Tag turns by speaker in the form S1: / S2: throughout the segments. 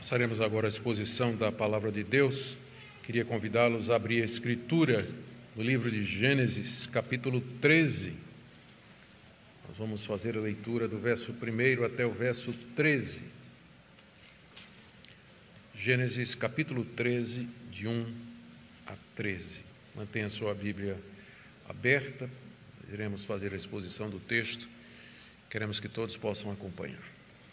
S1: Passaremos agora a exposição da Palavra de Deus. Queria convidá-los a abrir a Escritura no livro de Gênesis, capítulo 13. Nós vamos fazer a leitura do verso 1 até o verso 13. Gênesis, capítulo 13, de 1 a 13. Mantenha a sua Bíblia aberta, iremos fazer a exposição do texto. Queremos que todos possam acompanhar.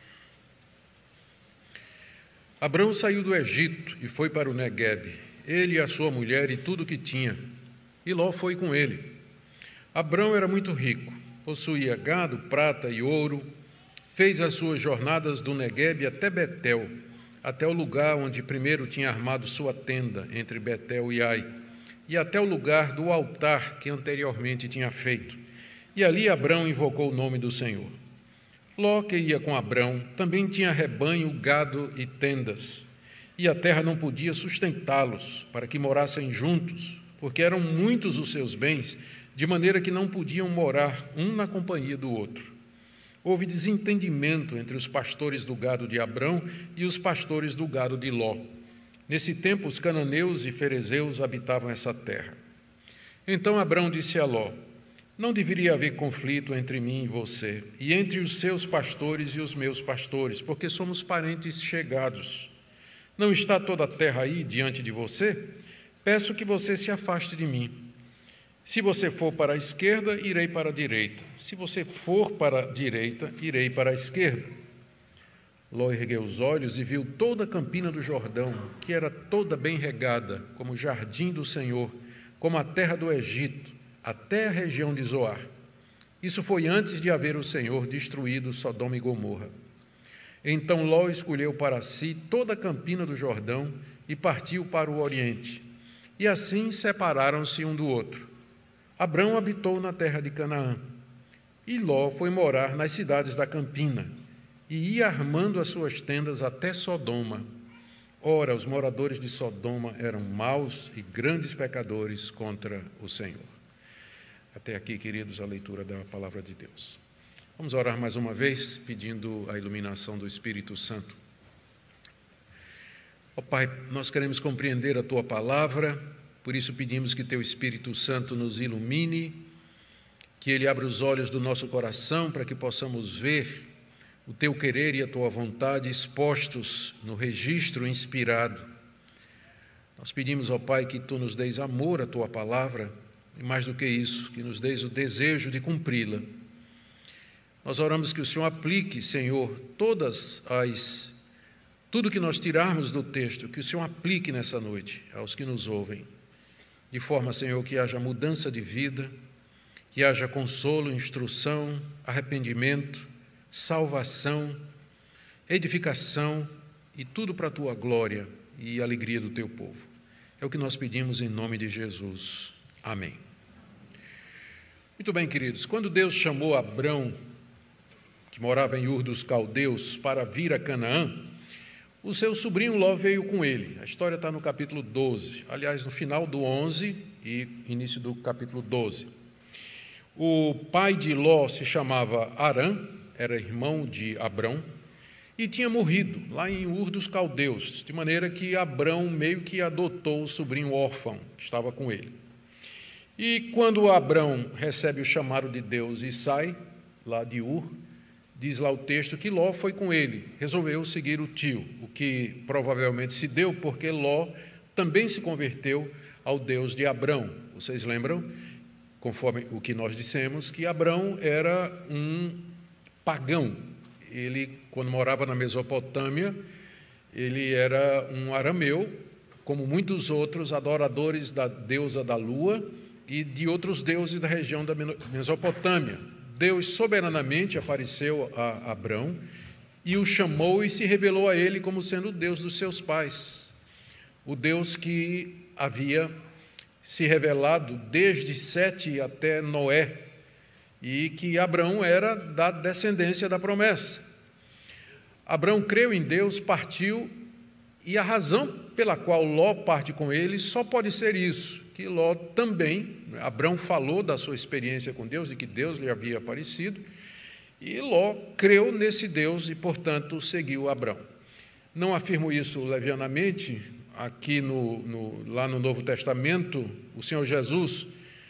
S1: Abrão saiu do Egito e foi para o Neguebe, ele e a sua mulher e tudo o que tinha, e Ló foi com ele. Abrão era muito rico, possuía gado, prata e ouro, fez as suas jornadas do Neguebe até Betel, até o lugar onde primeiro tinha armado sua tenda, entre Betel e Ai, e até o lugar do altar que anteriormente tinha feito. E ali Abrão invocou o nome do Senhor. Ló, que ia com Abrão, também tinha rebanho, gado e tendas, e a terra não podia sustentá-los, para que morassem juntos, porque eram muitos os seus bens, de maneira que não podiam morar um na companhia do outro. Houve desentendimento entre os pastores do gado de Abrão e os pastores do gado de Ló. Nesse tempo, os cananeus e ferezeus habitavam essa terra. Então Abrão disse a Ló: não deveria haver conflito entre mim e você, e entre os seus pastores e os meus pastores, porque somos parentes chegados. Não está toda a terra aí diante de você? Peço que você se afaste de mim. Se você for para a esquerda, irei para a direita. Se você for para a direita, irei para a esquerda. Ló ergueu os olhos e viu toda a campina do Jordão, que era toda bem regada, como o jardim do Senhor, como a terra do Egito, até a região de Zoar. Isso foi antes de haver o Senhor destruído Sodoma e Gomorra. Então Ló escolheu para si toda a campina do Jordão e partiu para o oriente. E assim separaram-se um do outro. Abrão habitou na terra de Canaã, e Ló foi morar nas cidades da campina, e ia armando as suas tendas até Sodoma. Ora, os moradores de Sodoma eram maus e grandes pecadores contra o Senhor. Até aqui, queridos, a leitura da Palavra de Deus. Vamos orar mais uma vez, pedindo a iluminação do Espírito Santo. Ó Pai, nós queremos compreender a Tua Palavra, por isso pedimos que Teu Espírito Santo nos ilumine, que Ele abra os olhos do nosso coração para que possamos ver o Teu querer e a Tua vontade expostos no registro inspirado. Nós pedimos, ó Pai, que Tu nos deis amor à Tua Palavra, e mais do que isso, que nos deis o desejo de cumpri-la. Nós oramos que o Senhor aplique, Senhor, tudo que nós tirarmos do texto, que o Senhor aplique nessa noite aos que nos ouvem, de forma, Senhor, que haja mudança de vida, que haja consolo, instrução, arrependimento, salvação, edificação e tudo para a Tua glória e alegria do Teu povo. É o que nós pedimos em nome de Jesus. Amém. Muito bem, queridos, quando Deus chamou Abrão, que morava em Ur dos Caldeus, para vir a Canaã, o seu sobrinho Ló veio com ele. A história está no capítulo 12, aliás, no final do 11 e início do capítulo 12. O pai de Ló se chamava Arã, era irmão de Abrão, e tinha morrido lá em Ur dos Caldeus, de maneira que Abrão meio que adotou o sobrinho órfão que estava com ele. E quando Abrão recebe o chamado de Deus e sai lá de Ur, diz lá o texto que Ló foi com ele, resolveu seguir o tio, o que provavelmente se deu porque Ló também se converteu ao Deus de Abrão. Vocês lembram, conforme o que nós dissemos, que Abrão era um pagão. Ele, quando morava na Mesopotâmia, ele era um arameu, como muitos outros adoradores da deusa da lua e de outros deuses da região da Mesopotâmia. Deus soberanamente apareceu a Abrão e o chamou e se revelou a ele como sendo o Deus dos seus pais, o Deus que havia se revelado desde Sete até Noé, e que Abrão era da descendência da promessa. Abrão creu em Deus, partiu, e a razão pela qual Ló parte com ele só pode ser isso, que Ló também, Abrão falou da sua experiência com Deus, de que Deus lhe havia aparecido, e Ló creu nesse Deus e, portanto, seguiu Abrão. Não afirmo isso levianamente. Aqui lá no Novo Testamento, o Senhor Jesus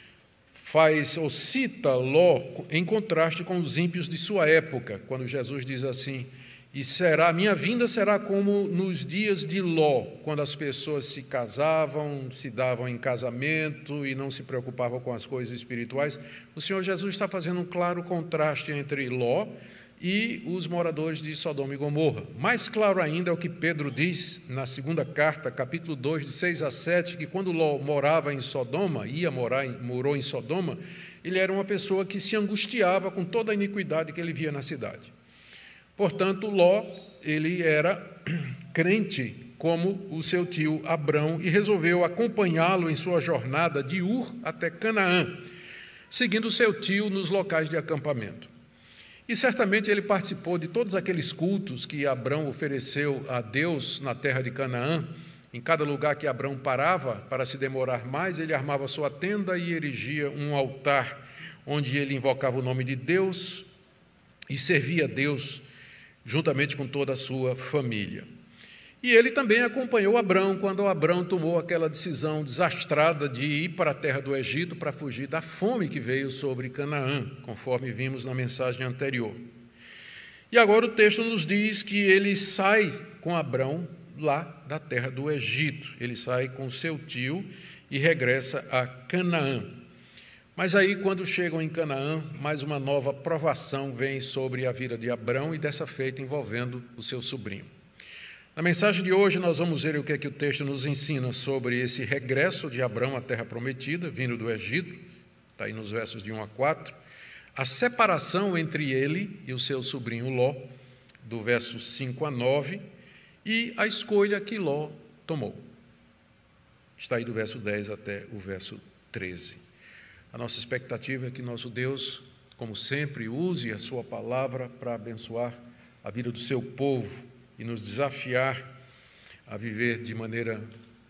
S1: faz ou cita Ló em contraste com os ímpios de sua época, quando Jesus diz assim: minha vinda será como nos dias de Ló, quando as pessoas se casavam, se davam em casamento e não se preocupavam com as coisas espirituais. O Senhor Jesus está fazendo um claro contraste entre Ló e os moradores de Sodoma e Gomorra. Mais claro ainda é o que Pedro diz na segunda carta, capítulo 2, de 6 a 7, que quando Ló morava em Sodoma, morou em Sodoma, ele era uma pessoa que se angustiava com toda a iniquidade que ele via na cidade. Portanto, Ló, ele era crente como o seu tio Abrão e resolveu acompanhá-lo em sua jornada de Ur até Canaã, seguindo seu tio nos locais de acampamento. E certamente ele participou de todos aqueles cultos que Abrão ofereceu a Deus na terra de Canaã. Em cada lugar que Abrão parava para se demorar mais, ele armava sua tenda e erigia um altar, onde ele invocava o nome de Deus e servia a Deus juntamente com toda a sua família. E ele também acompanhou Abrão quando Abrão tomou aquela decisão desastrada de ir para a terra do Egito para fugir da fome que veio sobre Canaã, conforme vimos na mensagem anterior. E agora o texto nos diz que ele sai com Abrão lá da terra do Egito. Ele sai com seu tio e regressa a Canaã. Mas aí, quando chegam em Canaã, mais uma nova provação vem sobre a vida de Abrão e dessa feita envolvendo o seu sobrinho. Na mensagem de hoje, nós vamos ver o que é que o texto nos ensina sobre esse regresso de Abrão à terra prometida, vindo do Egito, está aí nos versos de 1 a 4, a separação entre ele e o seu sobrinho Ló, do verso 5 a 9, e a escolha que Ló tomou. Está aí do verso 10 até o verso 13. A nossa expectativa é que nosso Deus, como sempre, use a sua palavra para abençoar a vida do seu povo e nos desafiar a viver de maneira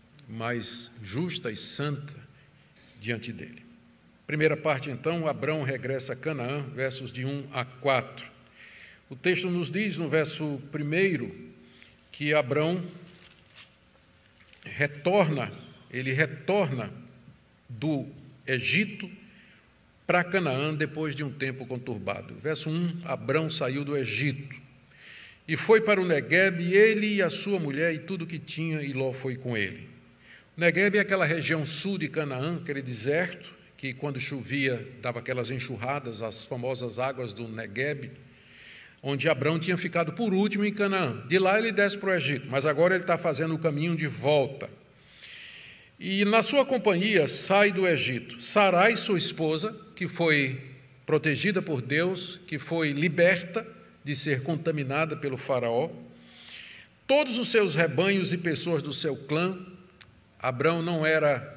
S1: mais justa e santa diante dele. Primeira parte, então, Abrão regressa a Canaã, versos de 1 a 4. O texto nos diz, no verso 1, que Abrão retorna do Egito para Canaã depois de um tempo conturbado. Verso 1, Abrão saiu do Egito e foi para o Neguebe, ele e a sua mulher e tudo que tinha, e Ló foi com ele. O Neguebe é aquela região sul de Canaã, aquele deserto, que quando chovia dava aquelas enxurradas, as famosas águas do Neguebe, onde Abrão tinha ficado por último em Canaã. De lá ele desce para o Egito, mas agora ele está fazendo o caminho de volta. E na sua companhia sai do Egito Sarai, sua esposa, que foi protegida por Deus, que foi liberta de ser contaminada pelo faraó, todos os seus rebanhos e pessoas do seu clã. Abrão não era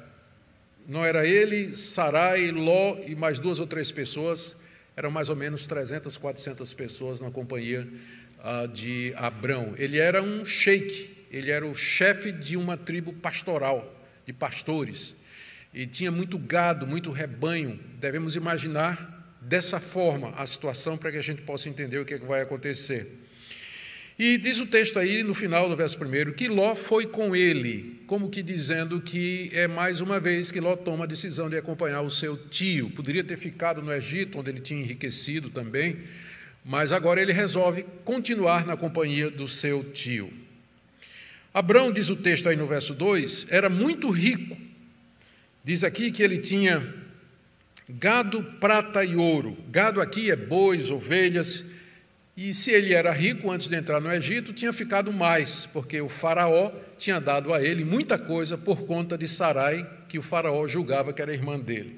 S1: ele, Sarai, Ló e mais 2 ou 3 pessoas, eram mais ou menos 300, 400 pessoas na companhia de Abrão. Ele era um sheik, ele era o chefe de uma tribo pastoral, de pastores, e tinha muito gado, muito rebanho. Devemos imaginar dessa forma a situação para que a gente possa entender o que é que vai acontecer. E diz o texto aí, no final do verso 1, que Ló foi com ele, como que dizendo que é mais uma vez que Ló toma a decisão de acompanhar o seu tio. Poderia ter ficado no Egito, onde ele tinha enriquecido também, mas agora ele resolve continuar na companhia do seu tio. Abrão, diz o texto aí no verso 2, era muito rico. Diz aqui que ele tinha gado, prata e ouro. Gado aqui é bois, ovelhas. E se ele era rico antes de entrar no Egito, tinha ficado mais, porque o faraó tinha dado a ele muita coisa por conta de Sarai, que o faraó julgava que era irmã dele.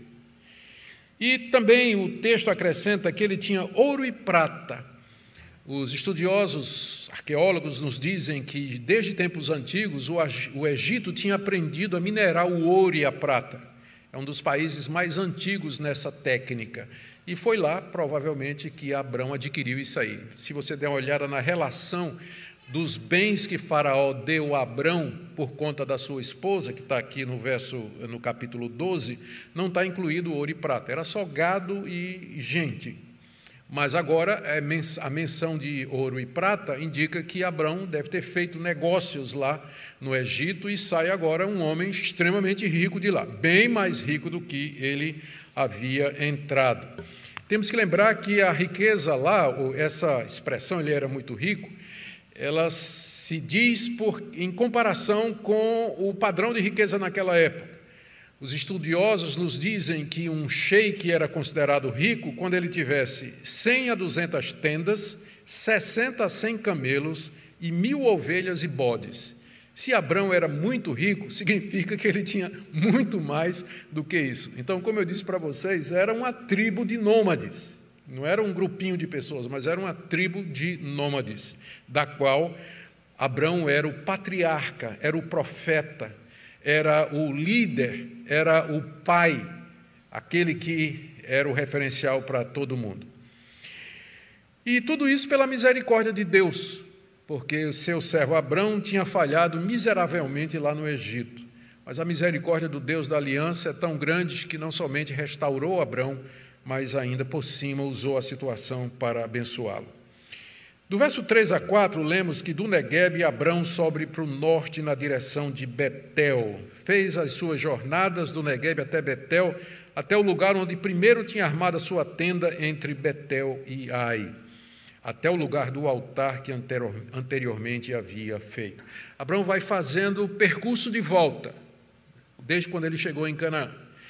S1: E também o texto acrescenta que ele tinha ouro e prata. Os estudiosos, arqueólogos, nos dizem que desde tempos antigos o Egito tinha aprendido a minerar o ouro e a prata. É um dos países mais antigos nessa técnica. E foi lá, provavelmente, que Abrão adquiriu isso aí. Se você der uma olhada na relação dos bens que Faraó deu a Abrão por conta da sua esposa, que está aqui no capítulo 12, não está incluído ouro e prata. Era só gado e gente. Mas agora a menção de ouro e prata indica que Abrão deve ter feito negócios lá no Egito e sai agora um homem extremamente rico de lá, bem mais rico do que ele havia entrado. Temos que lembrar que a riqueza lá, essa expressão, ele era muito rico, ela se diz em comparação com o padrão de riqueza naquela época. Os estudiosos nos dizem que um sheik era considerado rico quando ele tivesse 100 a 200 tendas, 60 a 100 camelos e 1.000 ovelhas e bodes. Se Abrão era muito rico, significa que ele tinha muito mais do que isso. Então, como eu disse para vocês, era uma tribo de nômades. Não era um grupinho de pessoas, mas era uma tribo de nômades, da qual Abrão era o patriarca, era o profeta, era o líder, era o pai, aquele que era o referencial para todo mundo. E tudo isso pela misericórdia de Deus, porque o seu servo Abrão tinha falhado miseravelmente lá no Egito. Mas a misericórdia do Deus da aliança é tão grande que não somente restaurou Abrão, mas ainda por cima usou a situação para abençoá-lo. Do verso 3 a 4, lemos que do Neguebe Abrão sobe para o norte na direção de Betel. Fez as suas jornadas do Neguebe até Betel, até o lugar onde primeiro tinha armado a sua tenda entre Betel e Ai, até o lugar do altar que anteriormente havia feito. Abrão vai fazendo o percurso de volta, desde quando ele chegou em Canaã.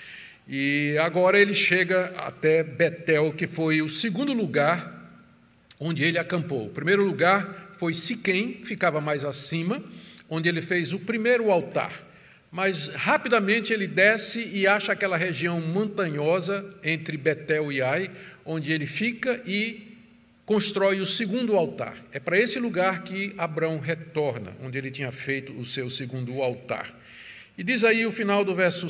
S1: E agora ele chega até Betel, que foi o segundo lugar onde ele acampou. O primeiro lugar foi Siquém, ficava mais acima, onde ele fez o primeiro altar. Mas rapidamente ele desce e acha aquela região montanhosa entre Betel e Ai, onde ele fica e constrói o segundo altar. É para esse lugar que Abrão retorna, onde ele tinha feito o seu segundo altar. E diz aí o final do verso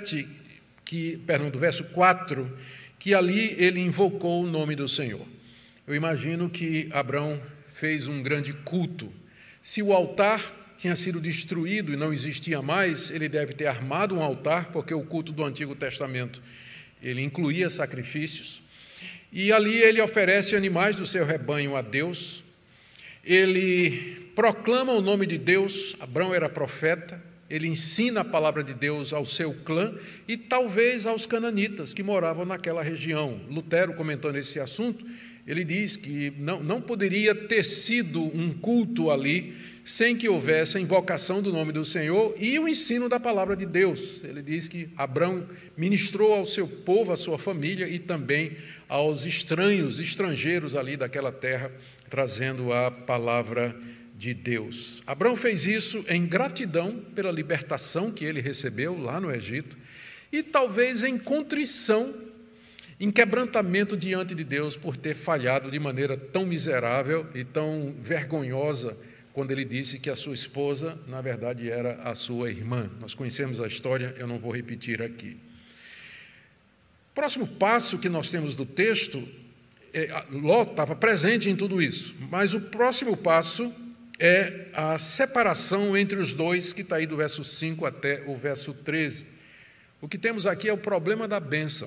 S1: 4, que ali ele invocou o nome do Senhor. Eu imagino que Abrão fez um grande culto. Se o altar tinha sido destruído e não existia mais, ele deve ter armado um altar, porque o culto do Antigo Testamento, ele incluía sacrifícios. E ali ele oferece animais do seu rebanho a Deus. Ele proclama o nome de Deus. Abrão era profeta. Ele ensina a palavra de Deus ao seu clã e talvez aos cananitas que moravam naquela região. Lutero, comentando esse assunto, ele diz que não poderia ter sido um culto ali sem que houvesse a invocação do nome do Senhor e o ensino da palavra de Deus. Ele diz que Abrão ministrou ao seu povo, à sua família e também aos estrangeiros ali daquela terra, trazendo a palavra de Deus. Abrão fez isso em gratidão pela libertação que ele recebeu lá no Egito e talvez em contrição, em quebrantamento diante de Deus por ter falhado de maneira tão miserável e tão vergonhosa quando ele disse que a sua esposa, na verdade, era a sua irmã. Nós conhecemos a história, eu não vou repetir aqui. O próximo passo que nós temos do texto, Ló estava presente em tudo isso, mas o próximo passo é a separação entre os dois, que está aí do verso 5 até o verso 13. O que temos aqui é o problema da bênção.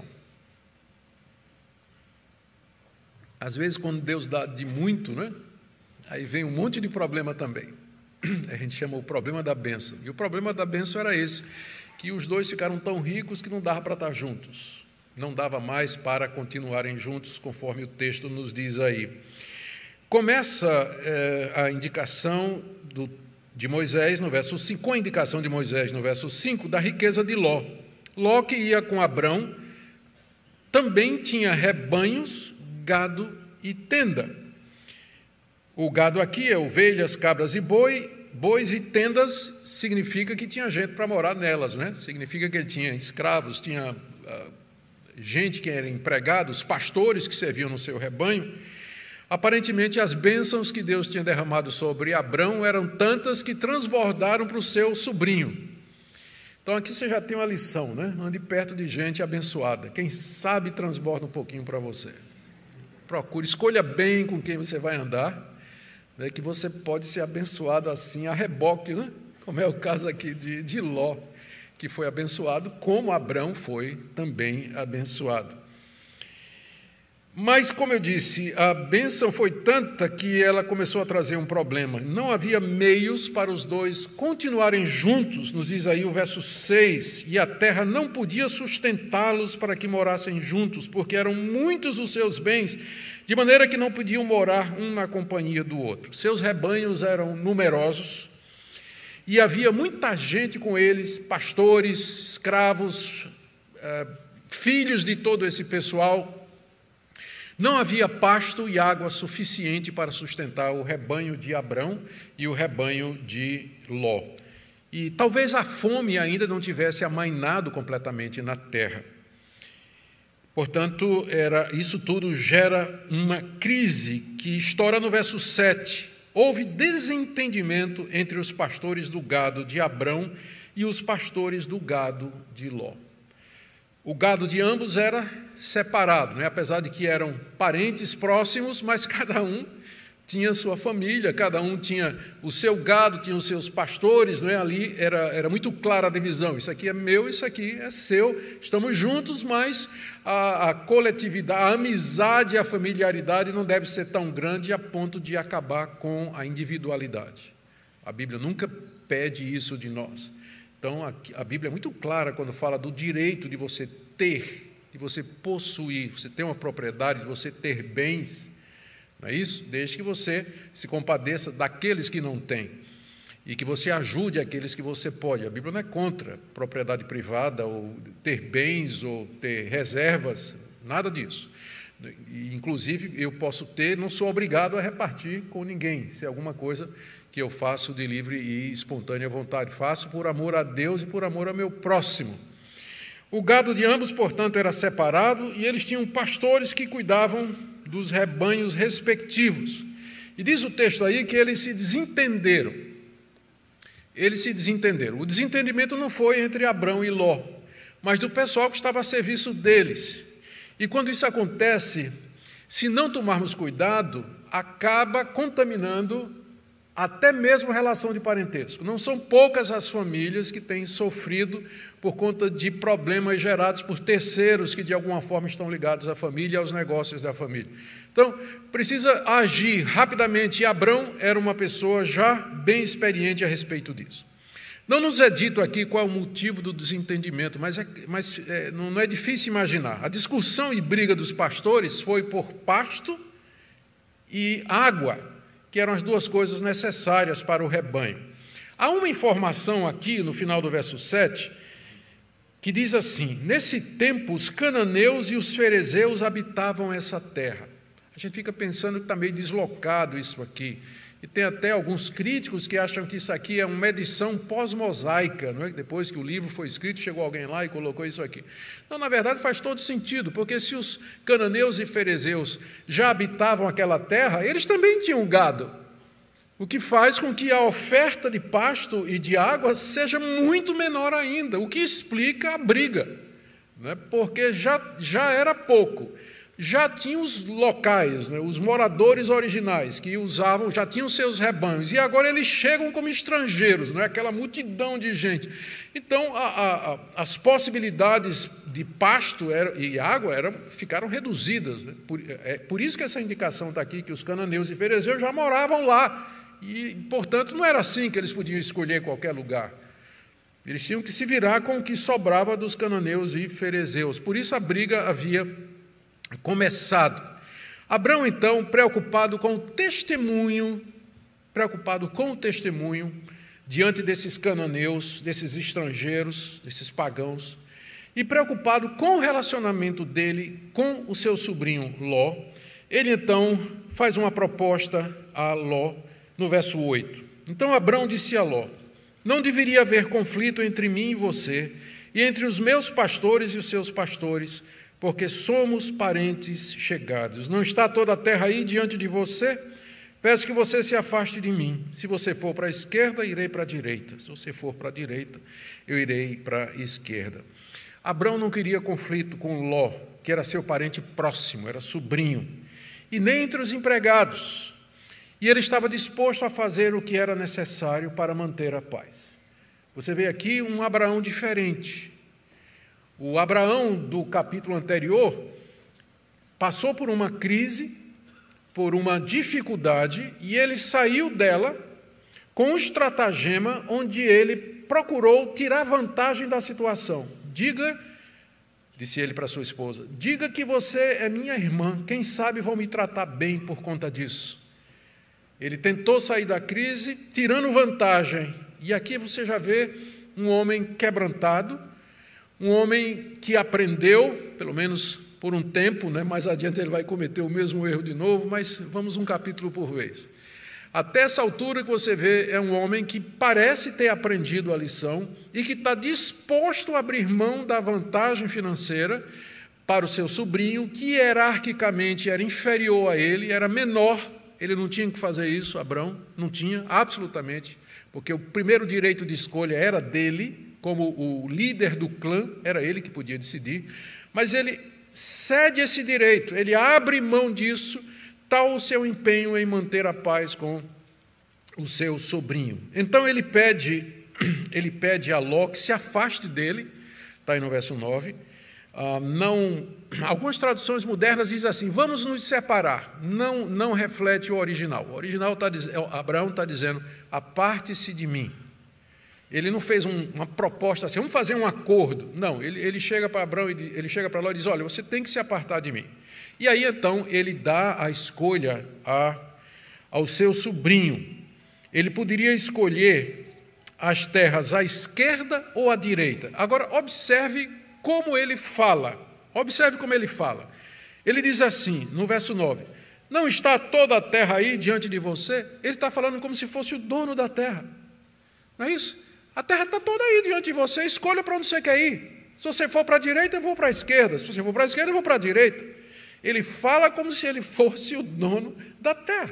S1: Às vezes, quando Deus dá de muito, né? Aí vem um monte de problema também. A gente chama o problema da bênção. E o problema da bênção era esse, que os dois ficaram tão ricos que não dava para estar juntos. Não dava mais para continuarem juntos, conforme o texto nos diz aí. Começa a indicação de Moisés no verso 5, com a indicação de Moisés no verso 5, da riqueza de Ló. Ló, que ia com Abrão, também tinha rebanhos, gado e tenda. O gado aqui é ovelhas, cabras e bois, e tendas significa que tinha gente para morar nelas, né? Significa que ele tinha escravos, tinha gente que era empregados, pastores que serviam no seu rebanho. Aparentemente, as bênçãos que Deus tinha derramado sobre Abrão eram tantas que transbordaram para o seu sobrinho. Então, aqui você já tem uma lição, né? Ande perto de gente abençoada. Quem sabe transborda um pouquinho para você. Procure, escolha bem com quem você vai andar, né, que você pode ser abençoado assim a reboque, né? Como é o caso aqui de Ló, que foi abençoado, como Abrão foi também abençoado. Mas, como eu disse, a bênção foi tanta que ela começou a trazer um problema. Não havia meios para os dois continuarem juntos, nos diz aí o verso 6, e a terra não podia sustentá-los para que morassem juntos, porque eram muitos os seus bens, de maneira que não podiam morar um na companhia do outro. Seus rebanhos eram numerosos, e havia muita gente com eles, pastores, escravos, filhos de todo esse pessoal. Não havia pasto e água suficiente para sustentar o rebanho de Abrão e o rebanho de Ló. E talvez a fome ainda não tivesse amainado completamente na terra. Portanto, isso tudo gera uma crise que estoura no verso 7. Houve desentendimento entre os pastores do gado de Abrão e os pastores do gado de Ló. O gado de ambos era separado, né? Apesar de que eram parentes próximos, mas cada um tinha sua família, cada um tinha o seu gado, tinha os seus pastores, né? Ali era muito clara a divisão, isso aqui é meu, isso aqui é seu, estamos juntos, mas a coletividade, a amizade e a familiaridade não deve ser tão grande a ponto de acabar com a individualidade. A Bíblia nunca pede isso de nós. Então, a Bíblia é muito clara quando fala do direito de você ter, de você possuir, você ter uma propriedade, de você ter bens, não é isso? Desde que você se compadeça daqueles que não têm e que você ajude aqueles que você pode. A Bíblia não é contra propriedade privada, ou ter bens, ou ter reservas, nada disso. Inclusive, eu posso ter, não sou obrigado a repartir com ninguém, se é alguma coisa que eu faço de livre e espontânea vontade. Faço por amor a Deus e por amor ao meu próximo. O gado de ambos, portanto, era separado e eles tinham pastores que cuidavam dos rebanhos respectivos. E diz o texto aí que eles se desentenderam. O desentendimento não foi entre Abrão e Ló, mas do pessoal que estava a serviço deles. E quando isso acontece, se não tomarmos cuidado, acaba contaminando até mesmo relação de parentesco. Não são poucas as famílias que têm sofrido por conta de problemas gerados por terceiros que de alguma forma estão ligados à família e aos negócios da família. Então, precisa agir rapidamente, e Abrão era uma pessoa já bem experiente a respeito disso. Não nos é dito aqui qual é o motivo do desentendimento, mas não é difícil imaginar. A discussão e briga dos pastores foi por pasto e água, que eram as duas coisas necessárias para o rebanho. Há uma informação aqui, no final do verso 7, que diz assim: nesse tempo os cananeus e os ferezeus habitavam essa terra. A gente fica pensando que está meio deslocado isso aqui. E tem até alguns críticos que acham que isso aqui é uma edição pós-mosaica, não é? Depois que o livro foi escrito, chegou alguém lá e colocou isso aqui. Não, na verdade faz todo sentido, porque se os cananeus e ferezeus já habitavam aquela terra, eles também tinham gado, o que faz com que a oferta de pasto e de água seja muito menor ainda, o que explica a briga, não é? Porque já era pouco. Já tinham os locais, né, os moradores originais que usavam, já tinham seus rebanhos, e agora eles chegam como estrangeiros, não é? Aquela multidão de gente. Então, as possibilidades de pasto e água ficaram reduzidas. Né? Por isso que essa indicação está aqui, que os cananeus e ferezeus já moravam lá, e, portanto, não era assim que eles podiam escolher qualquer lugar. Eles tinham que se virar com o que sobrava dos cananeus e ferezeus. Por isso a briga havia começado. Abrão, então, preocupado com o testemunho diante desses cananeus, desses estrangeiros, desses pagãos, e preocupado com o relacionamento dele com o seu sobrinho Ló, ele então faz uma proposta a Ló no verso 8. Então Abrão disse a Ló: não deveria haver conflito entre mim e você, e entre os meus pastores e os seus pastores, porque somos parentes chegados. Não está toda a terra aí diante de você? Peço que você se afaste de mim. Se você for para a esquerda, irei para a direita. Se você for para a direita, eu irei para a esquerda. Abrão não queria conflito com Ló, que era seu parente próximo, era sobrinho, e nem entre os empregados. E ele estava disposto a fazer o que era necessário para manter a paz. Você vê aqui um Abraão diferente. O Abraão do capítulo anterior passou por uma crise, por uma dificuldade, e ele saiu dela com um estratagema onde ele procurou tirar vantagem da situação. Disse ele para sua esposa, diga que você é minha irmã, quem sabe vão me tratar bem por conta disso. Ele tentou sair da crise, tirando vantagem. E aqui você já vê um homem quebrantado, um homem que aprendeu, pelo menos por um tempo, né? Mais adiante ele vai cometer o mesmo erro de novo, mas vamos um capítulo por vez. Até essa altura que você vê, é um homem que parece ter aprendido a lição e que está disposto a abrir mão da vantagem financeira para o seu sobrinho, que hierarquicamente era inferior a ele, era menor. Ele não tinha que fazer isso, Abrão, não tinha, absolutamente, porque o primeiro direito de escolha era dele, como o líder do clã, era ele que podia decidir, mas ele cede esse direito, ele abre mão disso, tal o seu empenho em manter a paz com o seu sobrinho. Então ele pede a Ló que se afaste dele, está aí no verso 9. Algumas traduções modernas dizem assim, vamos nos separar, não reflete o original. O original Abraão está dizendo, aparte-se de mim. Ele não fez uma proposta assim, vamos fazer um acordo. Não, ele chega para Abraão, ele chega para Ló e diz, olha, você tem que se apartar de mim. E aí, então, ele dá a escolha ao seu sobrinho. Ele poderia escolher as terras à esquerda ou à direita. Agora, observe como ele fala. Observe como ele fala. Ele diz assim, no verso 9, não está toda a terra aí diante de você? Ele está falando como se fosse o dono da terra. Não é isso? A terra está toda aí diante de você, escolha para onde você quer ir. Se você for para a direita, eu vou para a esquerda. Se você for para a esquerda, eu vou para a direita. Ele fala como se ele fosse o dono da terra.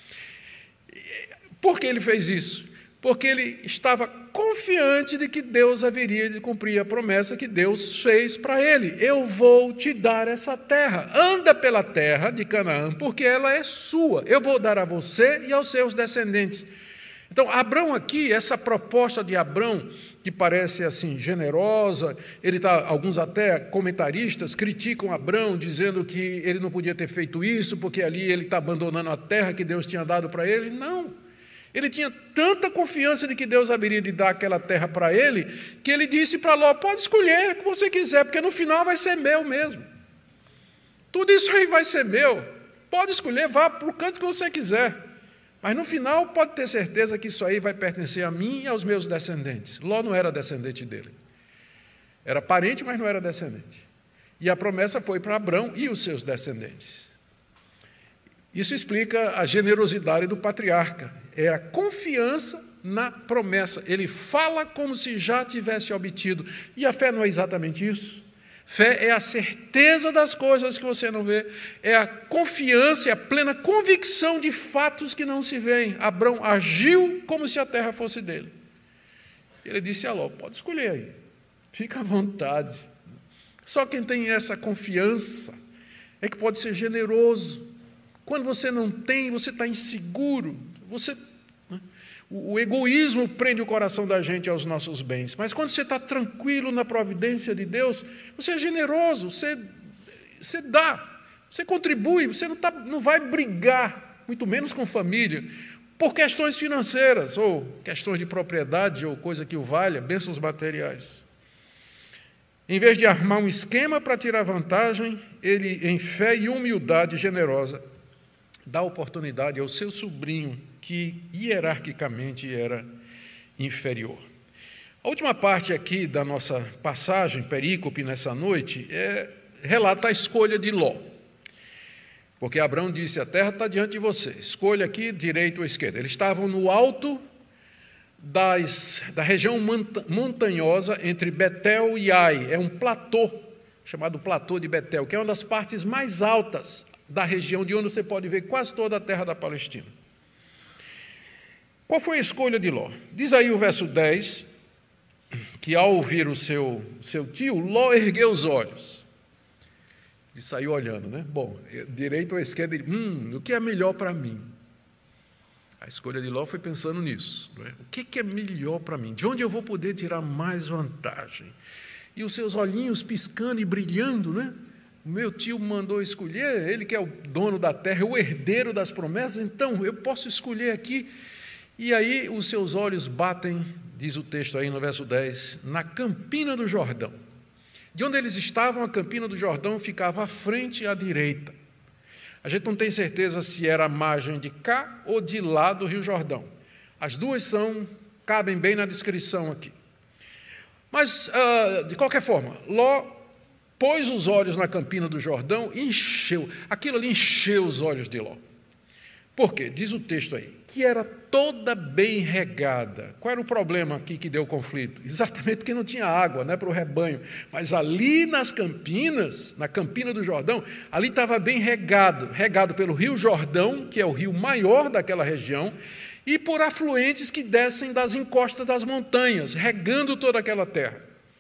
S1: Por que ele fez isso? Porque ele estava confiante de que Deus haveria de cumprir a promessa que Deus fez para ele. Eu vou te dar essa terra. Anda pela terra de Canaã, porque ela é sua. Eu vou dar a você e aos seus descendentes. Então, Abrão aqui, essa proposta de Abrão, que parece assim generosa, alguns até comentaristas criticam Abrão, dizendo que ele não podia ter feito isso, porque ali ele está abandonando a terra que Deus tinha dado para ele. Não, ele tinha tanta confiança de que Deus haveria de dar aquela terra para ele, que ele disse para Ló, pode escolher o que você quiser, porque no final vai ser meu mesmo. Tudo isso aí vai ser meu, pode escolher, vá para o canto que você quiser. Mas no final pode ter certeza que isso aí vai pertencer a mim e aos meus descendentes. Ló não era descendente dele. Era parente, mas não era descendente. E a promessa foi para Abrão e os seus descendentes. Isso explica a generosidade do patriarca. É a confiança na promessa. Ele fala como se já tivesse obtido. E a fé não é exatamente isso. Fé é a certeza das coisas que você não vê, é a confiança, é a plena convicção de fatos que não se veem. Abrão agiu como se a terra fosse dele. Ele disse a Ló, pode escolher aí, fica à vontade. Só quem tem essa confiança é que pode ser generoso. Quando você não tem, você está inseguro, o egoísmo prende o coração da gente aos nossos bens, mas quando você está tranquilo na providência de Deus, você é generoso, você dá, você contribui, você não vai brigar, muito menos com família, por questões financeiras, ou questões de propriedade, ou coisa que o valha, bênçãos materiais. Em vez de armar um esquema para tirar vantagem, ele, em fé e humildade generosa, dá oportunidade ao seu sobrinho, que hierarquicamente era inferior. A última parte aqui da nossa passagem, perícope, nessa noite, relata a escolha de Ló. Porque Abrão disse, a terra está diante de você, escolha aqui, direita ou esquerda. Eles estavam no alto da região montanhosa entre Betel e Ai. É um platô, chamado platô de Betel, que é uma das partes mais altas da região de onde você pode ver quase toda a terra da Palestina. Qual foi a escolha de Ló? Diz aí o verso 10, que ao ouvir o seu tio, Ló ergueu os olhos. Ele saiu olhando, né? Bom, direita ou esquerda, o que é melhor para mim? A escolha de Ló foi pensando nisso. Não é? O que é melhor para mim? De onde eu vou poder tirar mais vantagem? E os seus olhinhos piscando e brilhando, né? O meu tio mandou escolher, ele que é o dono da terra, o herdeiro das promessas, então eu posso escolher aqui. E aí os seus olhos batem, diz o texto aí no verso 10, na campina do Jordão. De onde eles estavam, a campina do Jordão ficava à frente e à direita. A gente não tem certeza se era a margem de cá ou de lá do Rio Jordão. As duas cabem bem na descrição aqui. Mas, de qualquer forma, Ló pôs os olhos na campina do Jordão e aquilo ali encheu os olhos de Ló. Por quê? Diz o texto aí, que era toda bem regada. Qual era o problema aqui que deu conflito? Exatamente que não tinha água, para o rebanho. Mas ali nas campinas, na campina do Jordão, ali estava bem regado pelo rio Jordão, que é o rio maior daquela região, e por afluentes que descem das encostas das montanhas, regando toda aquela terra.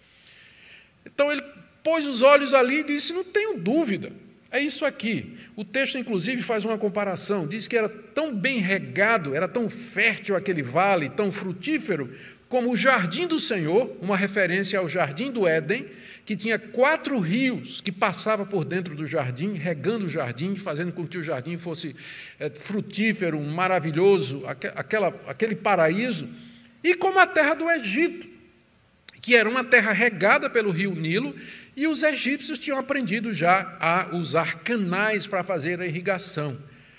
S1: Então ele pôs os olhos ali e disse, não tenho dúvida, é isso aqui. O texto, inclusive, faz uma comparação, diz que era tão bem regado, era tão fértil aquele vale, tão frutífero, como o jardim do Senhor, uma referência ao jardim do Éden, que tinha 4 rios que passavam por dentro do jardim, regando o jardim, fazendo com que o jardim fosse frutífero, maravilhoso, aquele paraíso, e como a terra do Egito, que era uma terra regada pelo rio Nilo, e os egípcios tinham aprendido já a usar canais para fazer a irrigação.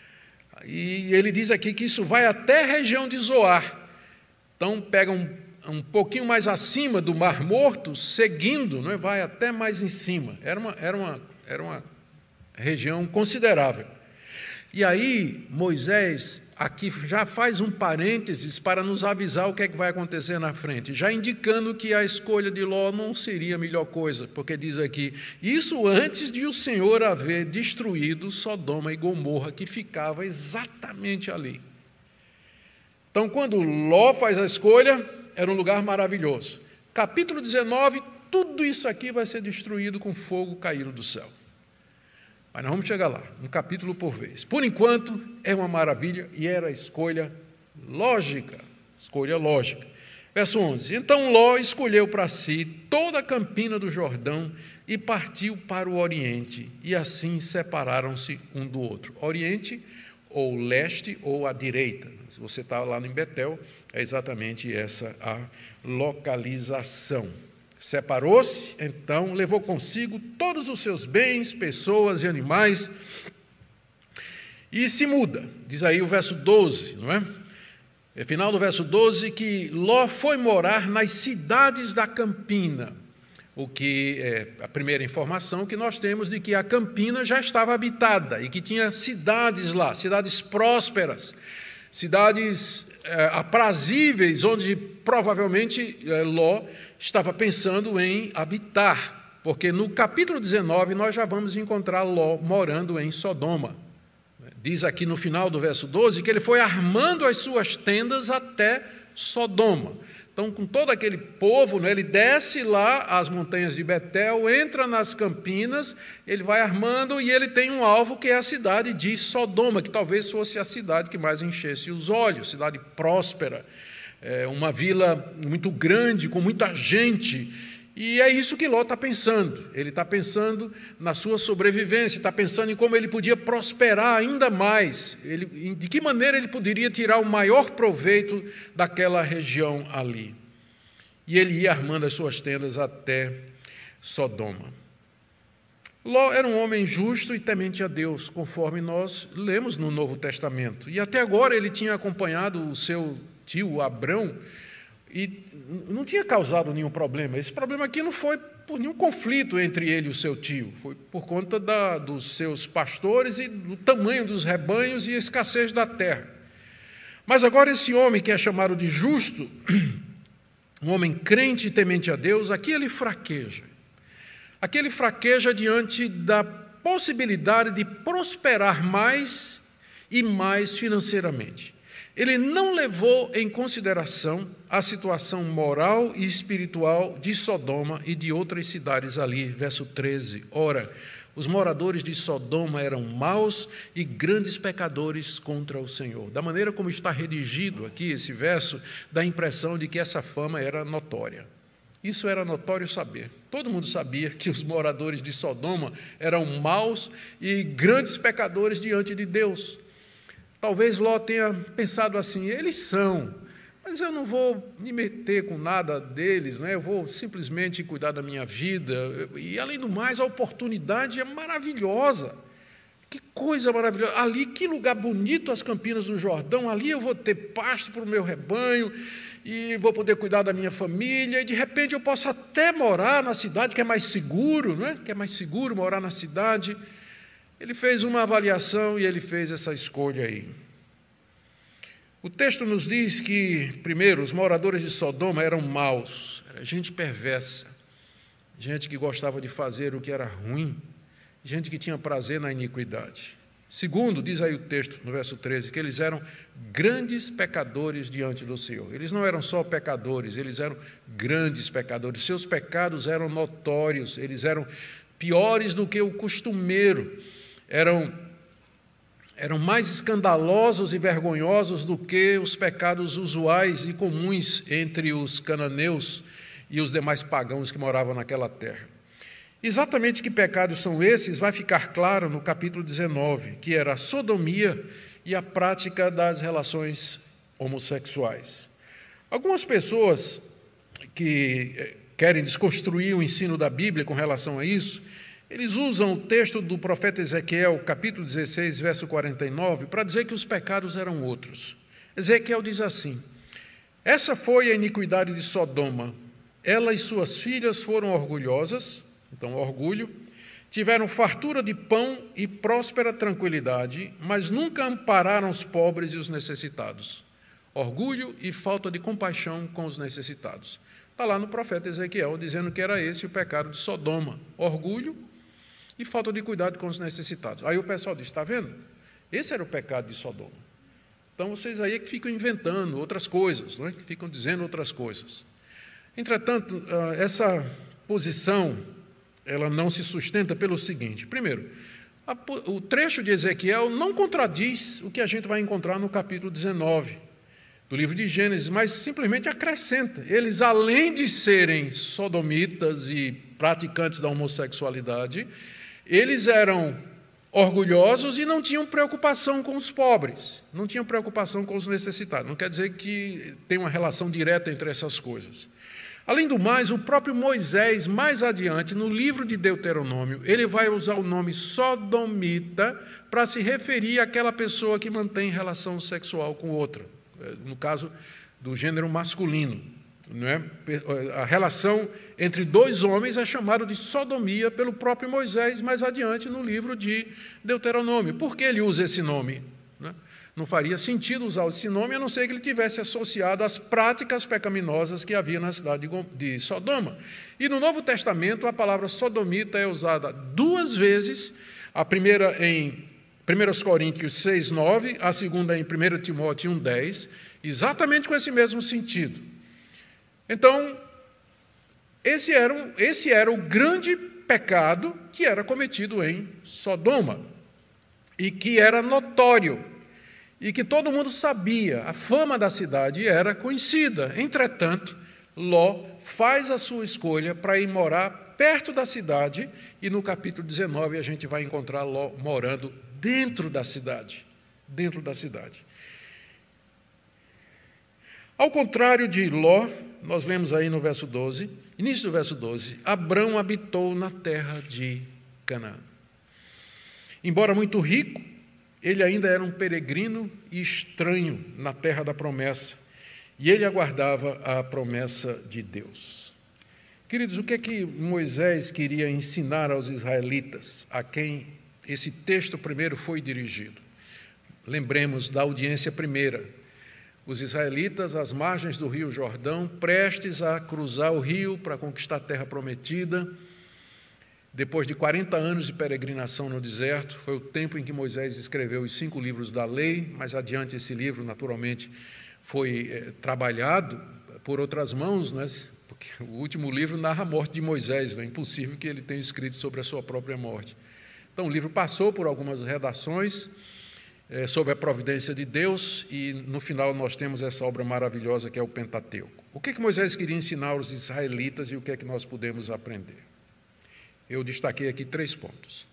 S1: E ele diz aqui que isso vai até a região de Zoar. Então, pega um pouquinho mais acima do Mar Morto, seguindo, vai até mais em cima. Era uma região considerável. E aí, Moisés aqui já faz um parênteses para nos avisar o que é que vai acontecer na frente, já indicando que a escolha de Ló não seria a melhor coisa, porque diz aqui, isso antes de o Senhor haver destruído Sodoma e Gomorra, que ficava exatamente ali. Então, quando Ló faz a escolha, era um lugar maravilhoso. Capítulo 19, tudo isso aqui vai ser destruído com fogo caído do céu. Mas nós vamos chegar lá, um capítulo por vez. Por enquanto, é uma maravilha e era a escolha lógica. Verso 11, então Ló escolheu para si toda a campina do Jordão e partiu para o oriente, e assim separaram-se um do outro. Oriente, ou leste, ou à direita. Se você está lá em Betel, é exatamente essa a localização. Separou-se, então, levou consigo todos os seus bens, pessoas e animais, e se muda. Diz aí o verso 12, não é? É final do verso 12, que Ló foi morar nas cidades da campina, o que é a primeira informação que nós temos de que a campina já estava habitada e que tinha cidades lá, cidades prósperas, cidades aprazíveis, onde provavelmente Ló estava pensando em habitar, porque no capítulo 19 nós já vamos encontrar Ló morando em Sodoma. Diz aqui no final do verso 12 que ele foi armando as suas tendas até Sodoma. Então, com todo aquele povo, ele desce lá as montanhas de Betel, entra nas campinas, ele vai armando e ele tem um alvo que é a cidade de Sodoma, que talvez fosse a cidade que mais enchesse os olhos, cidade próspera, uma vila muito grande, com muita gente. E é isso que Ló está pensando. Ele está pensando na sua sobrevivência, está pensando em como ele podia prosperar ainda mais, de que maneira ele poderia tirar o maior proveito daquela região ali. E ele ia armando as suas tendas até Sodoma. Ló era um homem justo e temente a Deus, conforme nós lemos no Novo Testamento. E até agora ele tinha acompanhado o seu tio Abrão, e não tinha causado nenhum problema. Esse problema aqui não foi por nenhum conflito entre ele e o seu tio, foi por conta dos seus pastores e do tamanho dos rebanhos e a escassez da terra. Mas agora esse homem que é chamado de justo, um homem crente e temente a Deus, aqui ele fraqueja. Aqui ele fraqueja diante da possibilidade de prosperar mais e mais financeiramente. Ele não levou em consideração a situação moral e espiritual de Sodoma e de outras cidades ali, verso 13. Ora, os moradores de Sodoma eram maus e grandes pecadores contra o Senhor. Da maneira como está redigido aqui esse verso, dá a impressão de que essa fama era notória. Isso era notório saber. Todo mundo sabia que os moradores de Sodoma eram maus e grandes pecadores diante de Deus. Talvez Ló tenha pensado assim: eles são, mas eu não vou me meter com nada deles, né? Eu vou simplesmente cuidar da minha vida. E, além do mais, a oportunidade é maravilhosa. Que coisa maravilhosa. Ali, que lugar bonito, as Campinas do Jordão. Ali eu vou ter pasto para o meu rebanho e vou poder cuidar da minha família. E, de repente, eu posso até morar na cidade, que é mais seguro, não é? Que é mais seguro morar na cidade. Ele fez uma avaliação e ele fez essa escolha aí. O texto nos diz que, primeiro, os moradores de Sodoma eram maus, era gente perversa, gente que gostava de fazer o que era ruim, gente que tinha prazer na iniquidade. Segundo, diz aí o texto, no verso 13, que eles eram grandes pecadores diante do Senhor. Eles não eram só pecadores, eles eram grandes pecadores. Seus pecados eram notórios, eles eram piores do que o costumeiro, eram mais escandalosos e vergonhosos do que os pecados usuais e comuns entre os cananeus e os demais pagãos que moravam naquela terra. Exatamente que pecados são esses vai ficar claro no capítulo 19, que era a sodomia e a prática das relações homossexuais. Algumas pessoas que querem desconstruir o ensino da Bíblia com relação a isso, eles usam o texto do profeta Ezequiel, capítulo 16, verso 49, para dizer que os pecados eram outros. Ezequiel diz assim: essa foi a iniquidade de Sodoma. Ela e suas filhas foram orgulhosas, então orgulho, tiveram fartura de pão e próspera tranquilidade, mas nunca ampararam os pobres e os necessitados. Orgulho e falta de compaixão com os necessitados. Está lá no profeta Ezequiel, dizendo que era esse o pecado de Sodoma. Orgulho e falta de cuidado com os necessitados. Aí o pessoal diz: está vendo? Esse era o pecado de Sodoma. Então vocês aí é que ficam inventando outras coisas, não é? Que ficam dizendo outras coisas. Entretanto, essa posição, ela não se sustenta pelo seguinte: primeiro, o trecho de Ezequiel não contradiz o que a gente vai encontrar no capítulo 19 do livro de Gênesis, mas simplesmente acrescenta. Eles, além de serem sodomitas e praticantes da homossexualidade, eles eram orgulhosos e não tinham preocupação com os pobres, não tinham preocupação com os necessitados. Não quer dizer que tem uma relação direta entre essas coisas. Além do mais, o próprio Moisés, mais adiante, no livro de Deuteronômio, ele vai usar o nome sodomita para se referir àquela pessoa que mantém relação sexual com outra, no caso do gênero masculino. Não é? A relação entre dois homens é chamada de sodomia pelo próprio Moisés, mais adiante no livro de Deuteronômio. Por que ele usa esse nome? Não faria sentido usar esse nome, a não ser que ele tivesse associado às práticas pecaminosas que havia na cidade de Sodoma. E no Novo Testamento, a palavra sodomita é usada duas vezes, a primeira em 1 Coríntios 6:9, a segunda em 1 Timóteo 1:10, exatamente com esse mesmo sentido. Então, esse era o grande pecado que era cometido em Sodoma e que era notório e que todo mundo sabia. A fama da cidade era conhecida. Entretanto, Ló faz a sua escolha para ir morar perto da cidade e no capítulo 19 a gente vai encontrar Ló morando dentro da cidade. Dentro da cidade. Ao contrário de Ló, nós lemos aí no verso 12, início do verso 12, Abrão habitou na terra de Canaã. Embora muito rico, ele ainda era um peregrino e estranho na terra da promessa, e ele aguardava a promessa de Deus. Queridos, o que é que Moisés queria ensinar aos israelitas, a quem esse texto primeiro foi dirigido? Lembremos da audiência primeira. Os israelitas, às margens do rio Jordão, prestes a cruzar o rio para conquistar a terra prometida, depois de 40 anos de peregrinação no deserto, foi o tempo em que Moisés escreveu os 5 livros da lei. Mais adiante esse livro, naturalmente, foi trabalhado por outras mãos, né? Porque o último livro narra a morte de Moisés, é impossível que ele tenha escrito sobre a sua própria morte. Então o livro passou por algumas redações, sob a providência de Deus, e no final nós temos essa obra maravilhosa que é o Pentateuco. O que Moisés queria ensinar aos israelitas e o que é que nós podemos aprender? Eu destaquei aqui 3 pontos.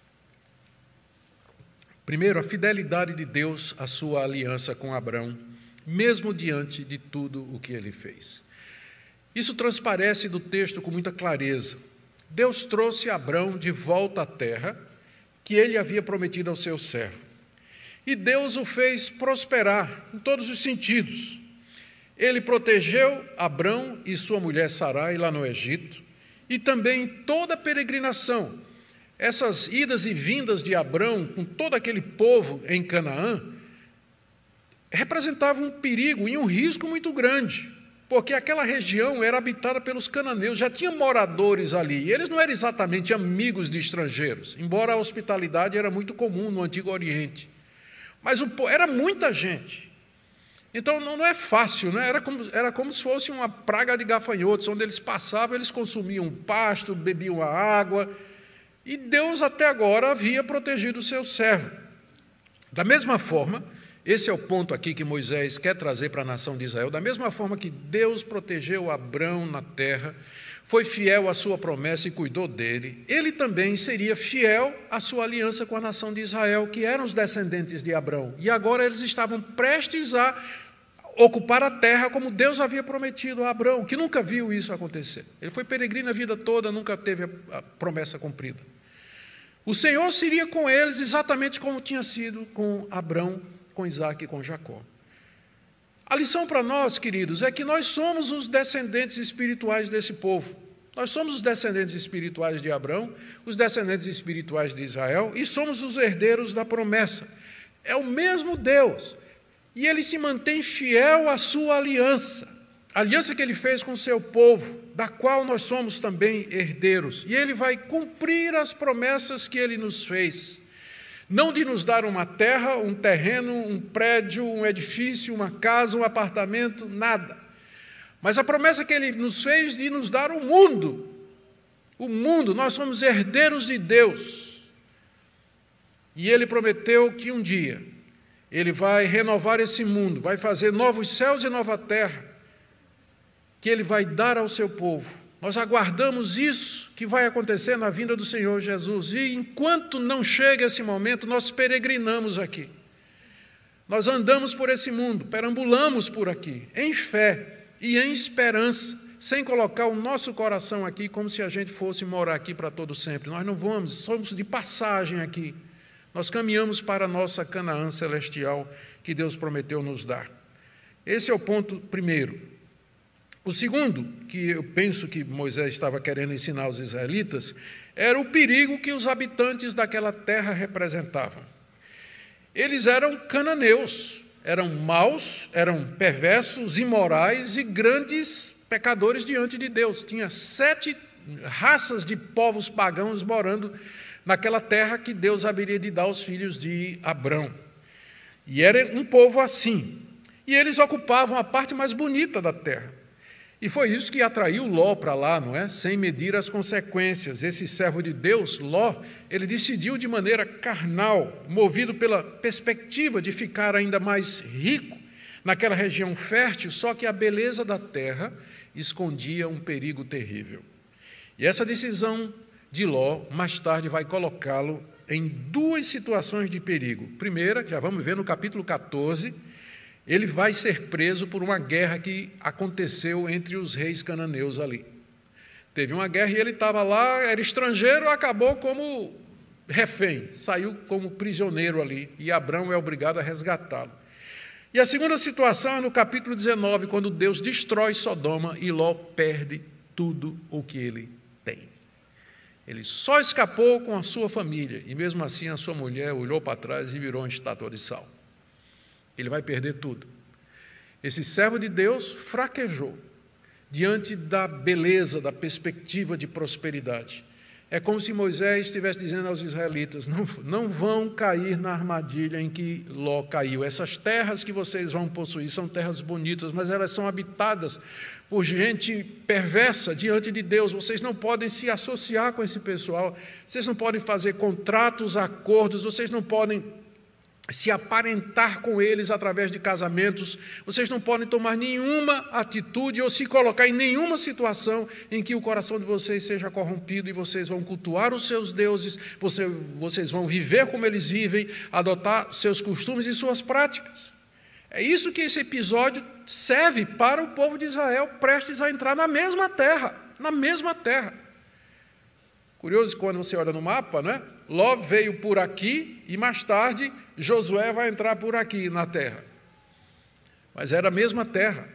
S1: Primeiro, a fidelidade de Deus à sua aliança com Abrão, mesmo diante de tudo o que ele fez. Isso transparece do texto com muita clareza. Deus trouxe Abrão de volta à terra que ele havia prometido ao seu servo. E Deus o fez prosperar em todos os sentidos. Ele protegeu Abrão e sua mulher Sarai lá no Egito, e também em toda a peregrinação. Essas idas e vindas de Abrão com todo aquele povo em Canaã representavam um perigo e um risco muito grande, porque aquela região era habitada pelos cananeus, já tinha moradores ali, e eles não eram exatamente amigos de estrangeiros, embora a hospitalidade era muito comum no Antigo Oriente. Mas era muita gente. Então não é fácil, né? Era como se fosse uma praga de gafanhotos, onde eles passavam, eles consumiam pasto, bebiam a água, e Deus até agora havia protegido o seu servo. Da mesma forma, esse é o ponto aqui que Moisés quer trazer para a nação de Israel, da mesma forma que Deus protegeu Abrão na terra, foi fiel à sua promessa e cuidou dele, ele também seria fiel à sua aliança com a nação de Israel, que eram os descendentes de Abrão. E agora eles estavam prestes a ocupar a terra como Deus havia prometido a Abrão, que nunca viu isso acontecer. Ele foi peregrino a vida toda, nunca teve a promessa cumprida. O Senhor seria com eles exatamente como tinha sido com Abrão, com Isaac e com Jacó. A lição para nós, queridos, é que nós somos os descendentes espirituais desse povo. Nós somos os descendentes espirituais de Abrão, os descendentes espirituais de Israel, e somos os herdeiros da promessa. É o mesmo Deus. E ele se mantém fiel à sua aliança, a aliança que ele fez com o seu povo, da qual nós somos também herdeiros. E ele vai cumprir as promessas que ele nos fez. Não de nos dar uma terra, um terreno, um prédio, um edifício, uma casa, um apartamento, nada. Mas a promessa que ele nos fez de nos dar o mundo. O mundo, nós somos herdeiros de Deus. E ele prometeu que um dia ele vai renovar esse mundo, vai fazer novos céus e nova terra, que ele vai dar ao seu povo. Nós aguardamos isso que vai acontecer na vinda do Senhor Jesus. E enquanto não chega esse momento, nós peregrinamos aqui. Nós andamos por esse mundo, perambulamos por aqui, em fé e em esperança, sem colocar o nosso coração aqui como se a gente fosse morar aqui para todo sempre. Nós não vamos, somos de passagem aqui. Nós caminhamos para a nossa Canaã celestial que Deus prometeu nos dar. Esse é o ponto primeiro. O segundo, que eu penso que Moisés estava querendo ensinar aos israelitas, era o perigo que os habitantes daquela terra representavam. Eles eram cananeus, eram maus, eram perversos, imorais e grandes pecadores diante de Deus. Tinha 7 raças de povos pagãos morando naquela terra que Deus haveria de dar aos filhos de Abrão. E era um povo assim. E eles ocupavam a parte mais bonita da terra. E foi isso que atraiu Ló para lá, não é? Sem medir as consequências. Esse servo de Deus, Ló, ele decidiu de maneira carnal, movido pela perspectiva de ficar ainda mais rico naquela região fértil, só que a beleza da terra escondia um perigo terrível. E essa decisão de Ló, mais tarde, vai colocá-lo em 2 situações de perigo. Primeira, já vamos ver no capítulo 14, ele vai ser preso por uma guerra que aconteceu entre os reis cananeus ali. Teve uma guerra e ele estava lá, era estrangeiro, acabou como refém, saiu como prisioneiro ali, e Abrão é obrigado a resgatá-lo. E a segunda situação é no capítulo 19, quando Deus destrói Sodoma e Ló perde tudo o que ele tem. Ele só escapou com a sua família, e mesmo assim a sua mulher olhou para trás e virou uma estátua de sal. Ele vai perder tudo. Esse servo de Deus fraquejou diante da beleza, da perspectiva de prosperidade. É como se Moisés estivesse dizendo aos israelitas, não vão cair na armadilha em que Ló caiu. Essas terras que vocês vão possuir são terras bonitas, mas elas são habitadas por gente perversa diante de Deus. Vocês não podem se associar com esse pessoal, vocês não podem fazer contratos, acordos, vocês não podem se aparentar com eles através de casamentos, vocês não podem tomar nenhuma atitude ou se colocar em nenhuma situação em que o coração de vocês seja corrompido e vocês vão cultuar os seus deuses, vocês vão viver como eles vivem, adotar seus costumes e suas práticas. É isso que esse episódio serve para o povo de Israel prestes a entrar na mesma terra, Curioso quando você olha no mapa, né? Ló veio por aqui e mais tarde Josué vai entrar por aqui na terra. Mas era a mesma terra,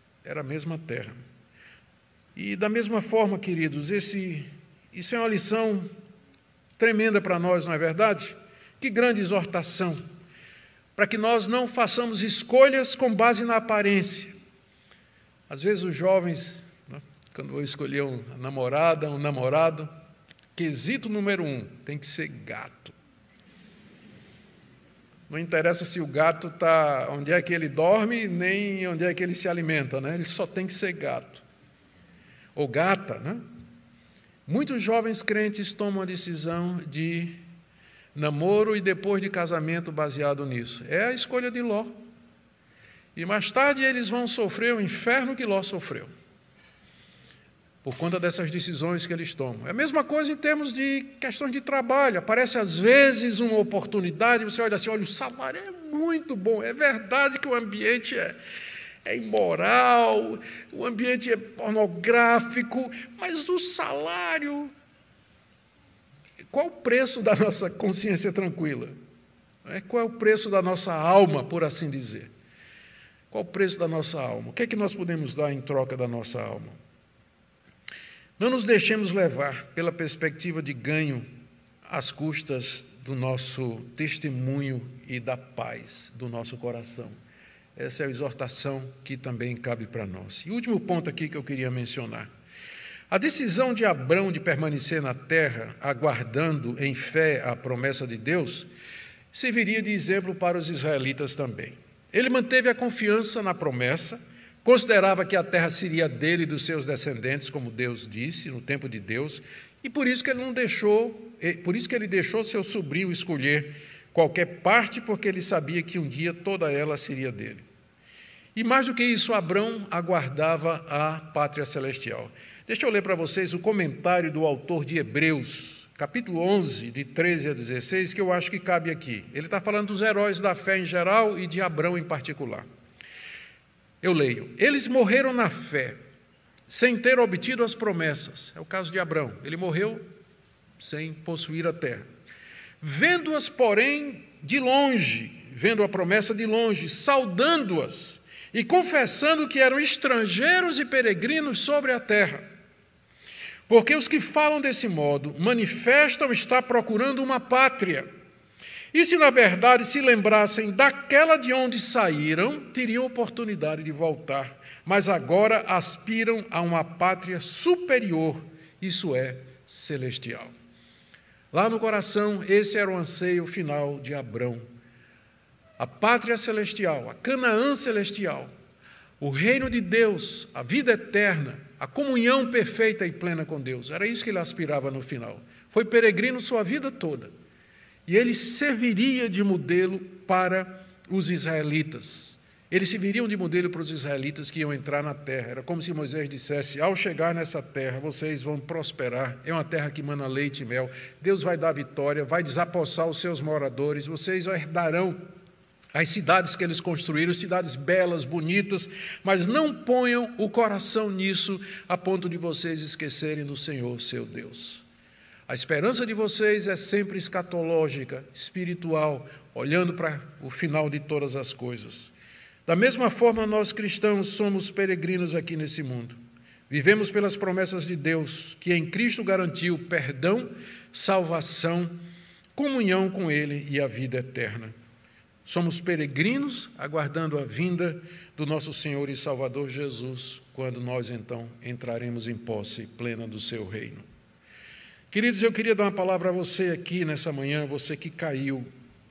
S1: E da mesma forma, queridos, isso é uma lição tremenda para nós, não é verdade? Que grande exortação, para que nós não façamos escolhas com base na aparência. Às vezes os jovens, né, quando vão escolher uma namorada, um namorado, quesito número 1, tem que ser gato. Não interessa se o gato está onde é que ele dorme, nem onde é que ele se alimenta, né? Ele só tem que ser gato. Ou gata, né? Muitos jovens crentes tomam a decisão de namoro e depois de casamento baseado nisso. É a escolha de Ló. E mais tarde eles vão sofrer o inferno que Ló sofreu, por conta dessas decisões que eles tomam. É a mesma coisa em termos de questões de trabalho. Aparece às vezes uma oportunidade, você olha assim, olha, o salário é muito bom, é verdade que o ambiente é imoral, o ambiente é pornográfico, mas o salário... Qual o preço da nossa consciência tranquila? Qual é o preço da nossa alma, por assim dizer? Qual o preço da nossa alma? O que é que nós podemos dar em troca da nossa alma? Não nos deixemos levar pela perspectiva de ganho às custas do nosso testemunho e da paz do nosso coração. Essa é a exortação que também cabe para nós. E o último ponto aqui que eu queria mencionar. A decisão de Abrão de permanecer na terra, aguardando em fé a promessa de Deus, serviria de exemplo para os israelitas também. Ele manteve a confiança na promessa, considerava que a terra seria dele e dos seus descendentes, como Deus disse, no tempo de Deus, e por isso que ele deixou seu sobrinho escolher qualquer parte, porque ele sabia que um dia toda ela seria dele. E mais do que isso, Abrão aguardava a pátria celestial. Deixa eu ler para vocês o comentário do autor de Hebreus, capítulo 11, de 13 a 16, que eu acho que cabe aqui. Ele está falando dos heróis da fé em geral e de Abrão em particular. Eu leio. Eles morreram na fé, sem ter obtido as promessas. É o caso de Abrão. Ele morreu sem possuir a terra. Vendo-as, porém, de longe, vendo a promessa de longe, saudando-as e confessando que eram estrangeiros e peregrinos sobre a terra. Porque os que falam desse modo manifestam estar procurando uma pátria. E se, na verdade, se lembrassem daquela de onde saíram, teriam oportunidade de voltar. Mas agora aspiram a uma pátria superior, isso é, celestial. Lá no coração, esse era o anseio final de Abrão. A pátria celestial, a Canaã celestial, o reino de Deus, a vida eterna, a comunhão perfeita e plena com Deus. Era isso que ele aspirava no final. Foi peregrino sua vida toda. E ele serviria de modelo para os israelitas. Eles serviriam de modelo para os israelitas que iam entrar na terra. Era como se Moisés dissesse, ao chegar nessa terra, vocês vão prosperar. É uma terra que mana leite e mel. Deus vai dar vitória, vai desapossar os seus moradores. Vocês herdarão as cidades que eles construíram, cidades belas, bonitas, mas não ponham o coração nisso a ponto de vocês esquecerem do Senhor, seu Deus. A esperança de vocês é sempre escatológica, espiritual, olhando para o final de todas as coisas. Da mesma forma, nós cristãos somos peregrinos aqui nesse mundo. Vivemos pelas promessas de Deus, que em Cristo garantiu perdão, salvação, comunhão com Ele e a vida eterna. Somos peregrinos, aguardando a vinda do nosso Senhor e Salvador Jesus, quando nós, então, entraremos em posse plena do seu reino. Queridos, eu queria dar uma palavra a você aqui nessa manhã, você que caiu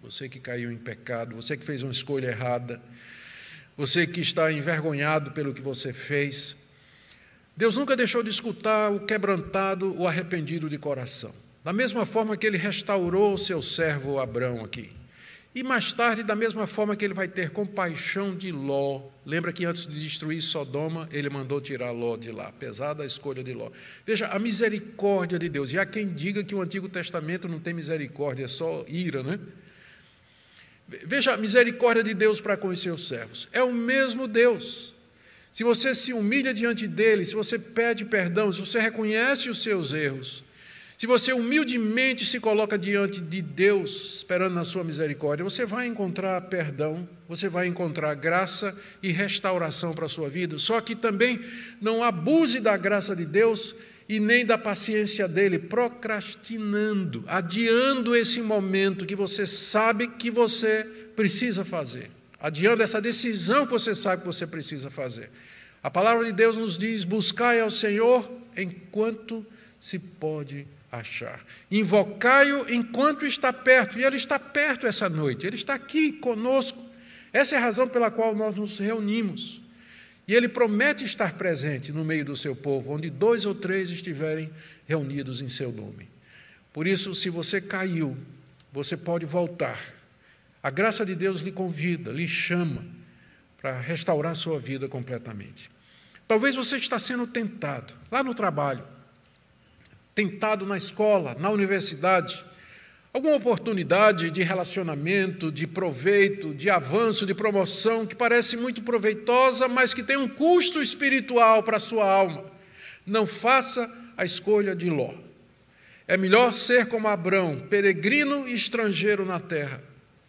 S1: em pecado, você que fez uma escolha errada, você que está envergonhado pelo que você fez. Deus nunca deixou de escutar o quebrantado, o arrependido de coração. Da mesma forma que Ele restaurou o seu servo Abrão aqui. E mais tarde, da mesma forma que ele vai ter compaixão de Ló. Lembra que antes de destruir Sodoma, ele mandou tirar Ló de lá, apesar da escolha de Ló. Veja, a misericórdia de Deus. E há quem diga que o Antigo Testamento não tem misericórdia, é só ira, né? Veja a misericórdia de Deus para com os seus servos. É o mesmo Deus. Se você se humilha diante dele, se você pede perdão, se você reconhece os seus erros, se você humildemente se coloca diante de Deus, esperando na sua misericórdia, você vai encontrar perdão, você vai encontrar graça e restauração para a sua vida. Só que também não abuse da graça de Deus e nem da paciência dele, procrastinando, adiando esse momento que você sabe que você precisa fazer, adiando essa decisão que você sabe que você precisa fazer. A palavra de Deus nos diz: buscai ao Senhor enquanto se pode achar. Invocai-o enquanto está perto. E ele está perto essa noite, ele está aqui conosco. Essa é a razão pela qual nós nos reunimos. E ele promete estar presente no meio do seu povo, onde 2 ou 3 estiverem reunidos em seu nome. Por isso, se você caiu, você pode voltar. A graça de Deus lhe convida, lhe chama para restaurar sua vida completamente. Talvez você está sendo tentado lá no trabalho, tentado na escola, na universidade, alguma oportunidade de relacionamento, de proveito, de avanço, de promoção, que parece muito proveitosa, mas que tem um custo espiritual para a sua alma. Não faça a escolha de Ló. É melhor ser como Abrão, peregrino e estrangeiro na terra,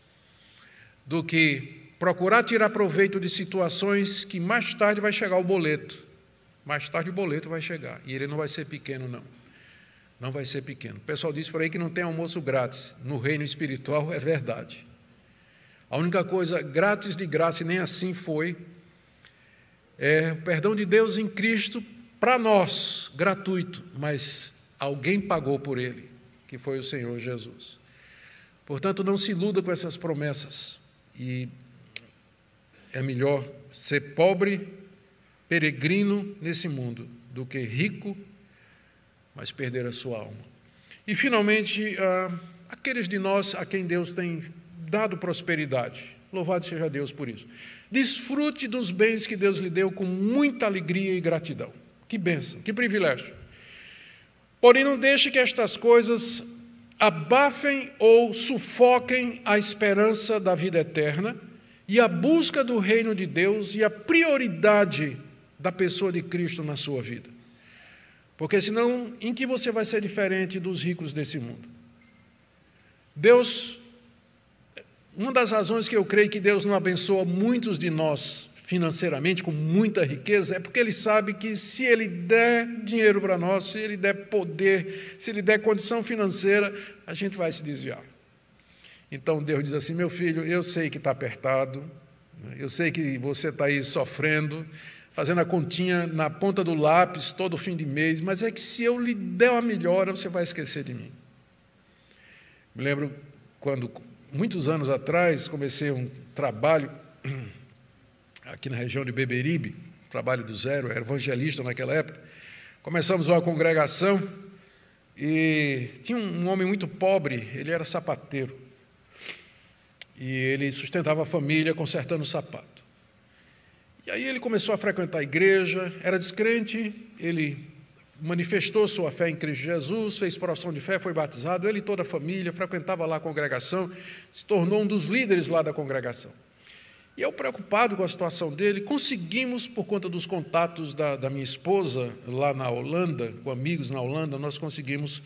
S1: do que procurar tirar proveito de situações que mais tarde vai chegar o boleto. Mais tarde o boleto vai chegar, e ele não vai ser pequeno, não. Não vai ser pequeno. O pessoal diz por aí que não tem almoço grátis. No reino espiritual é verdade. A única coisa grátis de graça, e nem assim foi, é o perdão de Deus em Cristo para nós, gratuito, mas alguém pagou por ele, que foi o Senhor Jesus. Portanto, não se iluda com essas promessas. E é melhor ser pobre, peregrino nesse mundo, do que rico, mas perder a sua alma. E, finalmente, aqueles de nós a quem Deus tem dado prosperidade, louvado seja Deus por isso. Desfrute dos bens que Deus lhe deu com muita alegria e gratidão. Que bênção, que privilégio. Porém, não deixe que estas coisas abafem ou sufoquem a esperança da vida eterna e a busca do reino de Deus e a prioridade da pessoa de Cristo na sua vida. Porque senão, em que você vai ser diferente dos ricos desse mundo? Deus, uma das razões que eu creio que Deus não abençoa muitos de nós financeiramente, com muita riqueza, é porque Ele sabe que se Ele der dinheiro para nós, se Ele der poder, se Ele der condição financeira, a gente vai se desviar. Então Deus diz assim: meu filho, eu sei que está apertado, eu sei que você está aí sofrendo, fazendo a continha na ponta do lápis todo fim de mês, mas é que se eu lhe der uma melhora, você vai esquecer de mim. Me lembro quando, muitos anos atrás, comecei um trabalho aqui na região de Beberibe, trabalho do zero, era evangelista naquela época. Começamos uma congregação e tinha um homem muito pobre, ele era sapateiro, e ele sustentava a família consertando sapato. E aí ele começou a frequentar a igreja, era descrente, ele manifestou sua fé em Cristo Jesus, fez profissão de fé, foi batizado, ele e toda a família, frequentava lá a congregação, se tornou um dos líderes lá da congregação. E eu, preocupado com a situação dele, conseguimos, por conta dos contatos da minha esposa lá na Holanda, com amigos na Holanda, nós conseguimos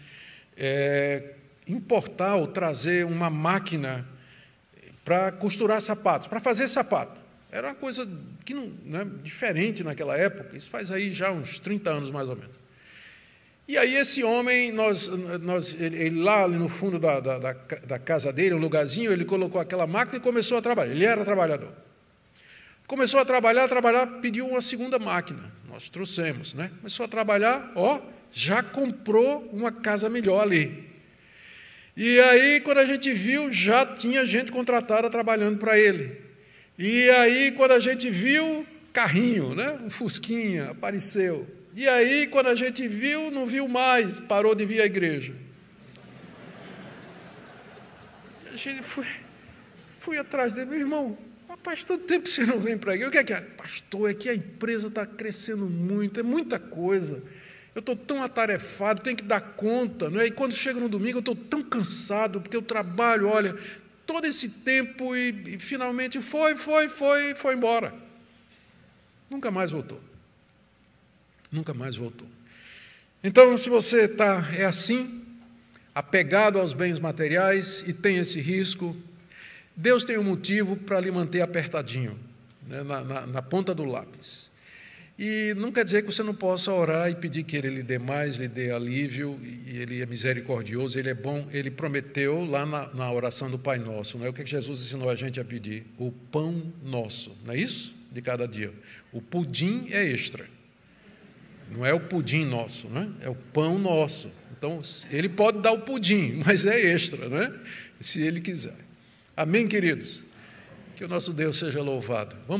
S1: importar ou trazer uma máquina para costurar sapatos, para fazer sapato. Era uma coisa que não, né, diferente naquela época, isso faz aí já uns 30 anos mais ou menos. E aí esse homem, ele lá no fundo da casa dele, um lugarzinho, ele colocou aquela máquina e começou a trabalhar. Ele era trabalhador. Começou a trabalhar, pediu uma segunda máquina. Nós trouxemos, né? Começou a trabalhar, já comprou uma casa melhor ali. E aí, quando a gente viu, já tinha gente contratada trabalhando para ele. E aí, quando a gente viu, carrinho, né? Um fusquinha apareceu. E aí, quando a gente viu, não viu mais, parou de vir à igreja. A gente fui atrás dele, meu irmão, faz tanto tempo que você não vem para aqui. O que é? Pastor, é que a empresa está crescendo muito, é muita coisa. Eu estou tão atarefado, tenho que dar conta, não é? E quando chega no domingo, eu estou tão cansado, porque eu trabalho, olha, todo esse tempo e finalmente foi embora. Nunca mais voltou. Nunca mais voltou. Então, se você é assim, apegado aos bens materiais e tem esse risco, Deus tem um motivo para lhe manter apertadinho, né, na ponta do lápis. E não quer dizer que você não possa orar e pedir que Ele lhe dê mais, lhe dê alívio, e Ele é misericordioso, Ele é bom. Ele prometeu lá na oração do Pai Nosso, não é? O que Jesus ensinou a gente a pedir? O pão nosso, não é isso? De cada dia. O pudim é extra. Não é o pudim nosso, né? É o pão nosso. Então, Ele pode dar o pudim, mas é extra, né? Se Ele quiser. Amém, queridos? Que o nosso Deus seja louvado. Vamos